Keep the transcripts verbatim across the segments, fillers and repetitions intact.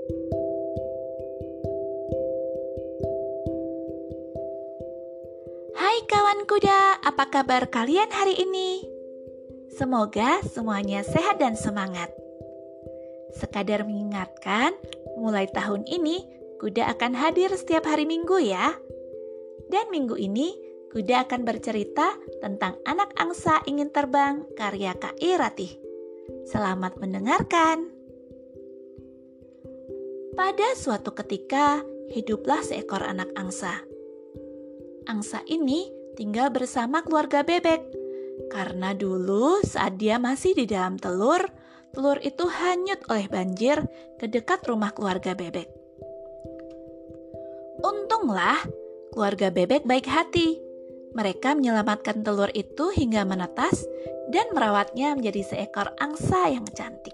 Hai kawan kuda, apa kabar kalian hari ini? Semoga semuanya sehat dan semangat. Sekadar mengingatkan, mulai tahun ini kuda akan hadir setiap hari Minggu ya. Dan minggu ini kuda akan bercerita tentang Anak Angsa Ingin Terbang karya Kak Iratih. Selamat mendengarkan. Pada suatu ketika, hiduplah seekor anak angsa. Angsa ini tinggal bersama keluarga bebek, karena dulu saat dia masih di dalam telur, telur itu hanyut oleh banjir ke dekat rumah keluarga bebek. Untunglah, keluarga bebek baik hati. Mereka menyelamatkan telur itu hingga menetas dan merawatnya menjadi seekor angsa yang cantik.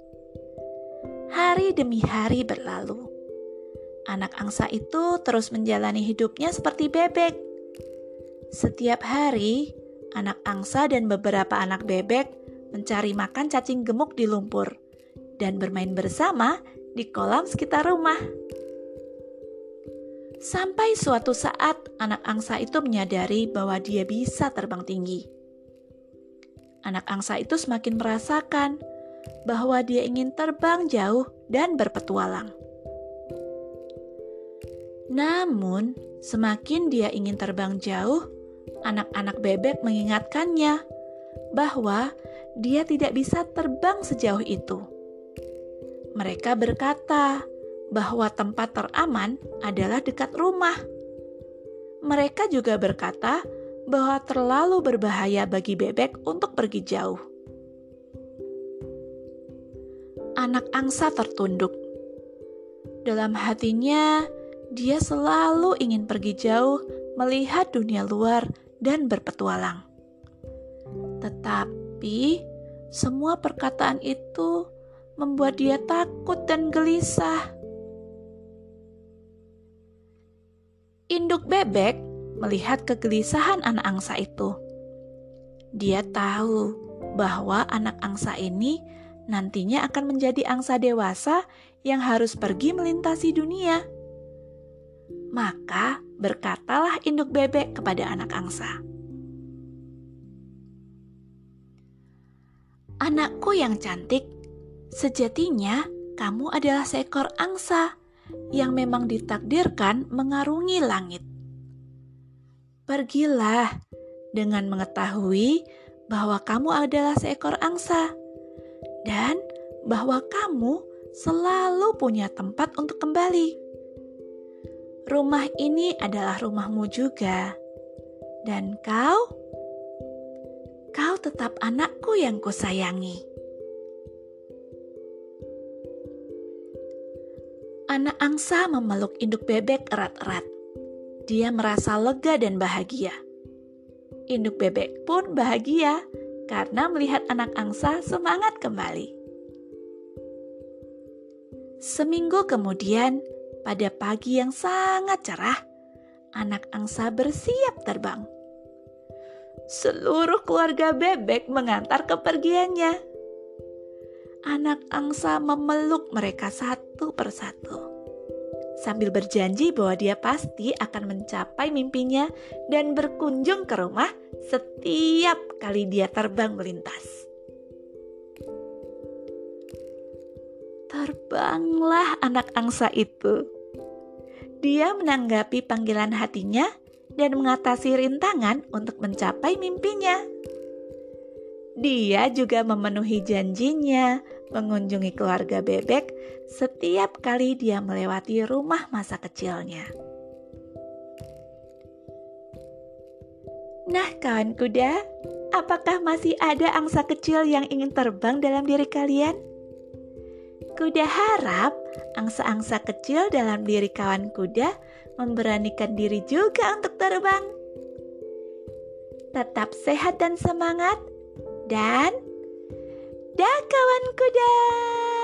Hari demi hari berlalu. Anak angsa itu terus menjalani hidupnya seperti bebek. Setiap hari, anak angsa dan beberapa anak bebek mencari makan cacing gemuk di lumpur dan bermain bersama di kolam sekitar rumah. Sampai suatu saat, anak angsa itu menyadari bahwa dia bisa terbang tinggi. Anak angsa itu semakin merasakan bahwa dia ingin terbang jauh dan berpetualang. Namun, semakin dia ingin terbang jauh, anak-anak bebek mengingatkannya bahwa dia tidak bisa terbang sejauh itu. Mereka berkata bahwa tempat teraman adalah dekat rumah. Mereka juga berkata bahwa terlalu berbahaya bagi bebek untuk pergi jauh. Anak angsa tertunduk. Dalam hatinya, dia selalu ingin pergi jauh, melihat dunia luar dan berpetualang. Tetapi, semua perkataan itu membuat dia takut dan gelisah. Induk bebek melihat kegelisahan anak angsa itu. Dia tahu bahwa anak angsa ini nantinya akan menjadi angsa dewasa yang harus pergi melintasi dunia. Maka berkatalah induk bebek kepada anak angsa, "Anakku yang cantik, sejatinya kamu adalah seekor angsa yang memang ditakdirkan mengarungi langit. Pergilah dengan mengetahui bahwa kamu adalah seekor angsa dan bahwa kamu selalu punya tempat untuk kembali. Rumah ini adalah rumahmu juga, dan kau, kau tetap anakku yang kusayangi." Anak angsa memeluk induk bebek erat-erat. Dia merasa lega dan bahagia. Induk bebek pun bahagia karena melihat anak angsa semangat kembali. Seminggu kemudian, pada pagi yang sangat cerah, anak angsa bersiap terbang. Seluruh keluarga bebek mengantar kepergiannya. Anak angsa memeluk mereka satu persatu, sambil berjanji bahwa dia pasti akan mencapai mimpinya dan berkunjung ke rumah setiap kali dia terbang melintas. Terbanglah anak angsa itu. Dia menanggapi panggilan hatinya dan mengatasi rintangan untuk mencapai mimpinya. Dia juga memenuhi janjinya mengunjungi keluarga bebek setiap kali dia melewati rumah masa kecilnya. Nah, kawan kuda, apakah masih ada angsa kecil yang ingin terbang dalam diri kalian? Kuda harap angsa-angsa kecil dalam diri kawan kuda memberanikan diri juga untuk terbang. Tetap sehat dan semangat, dan dah kawan kuda.